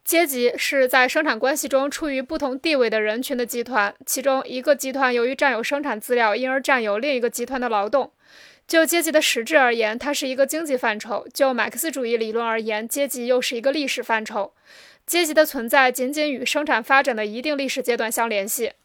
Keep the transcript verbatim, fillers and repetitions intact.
阶级是在生产关系中处于不同地位的人群的集团，其中一个集团由于占有生产资料，因而占有另一个集团的劳动。就阶级的实质而言，它是一个经济范畴；就马克思主义理论而言，阶级又是一个历史范畴。阶级的存在仅仅与生产发展的一定历史阶段相联系。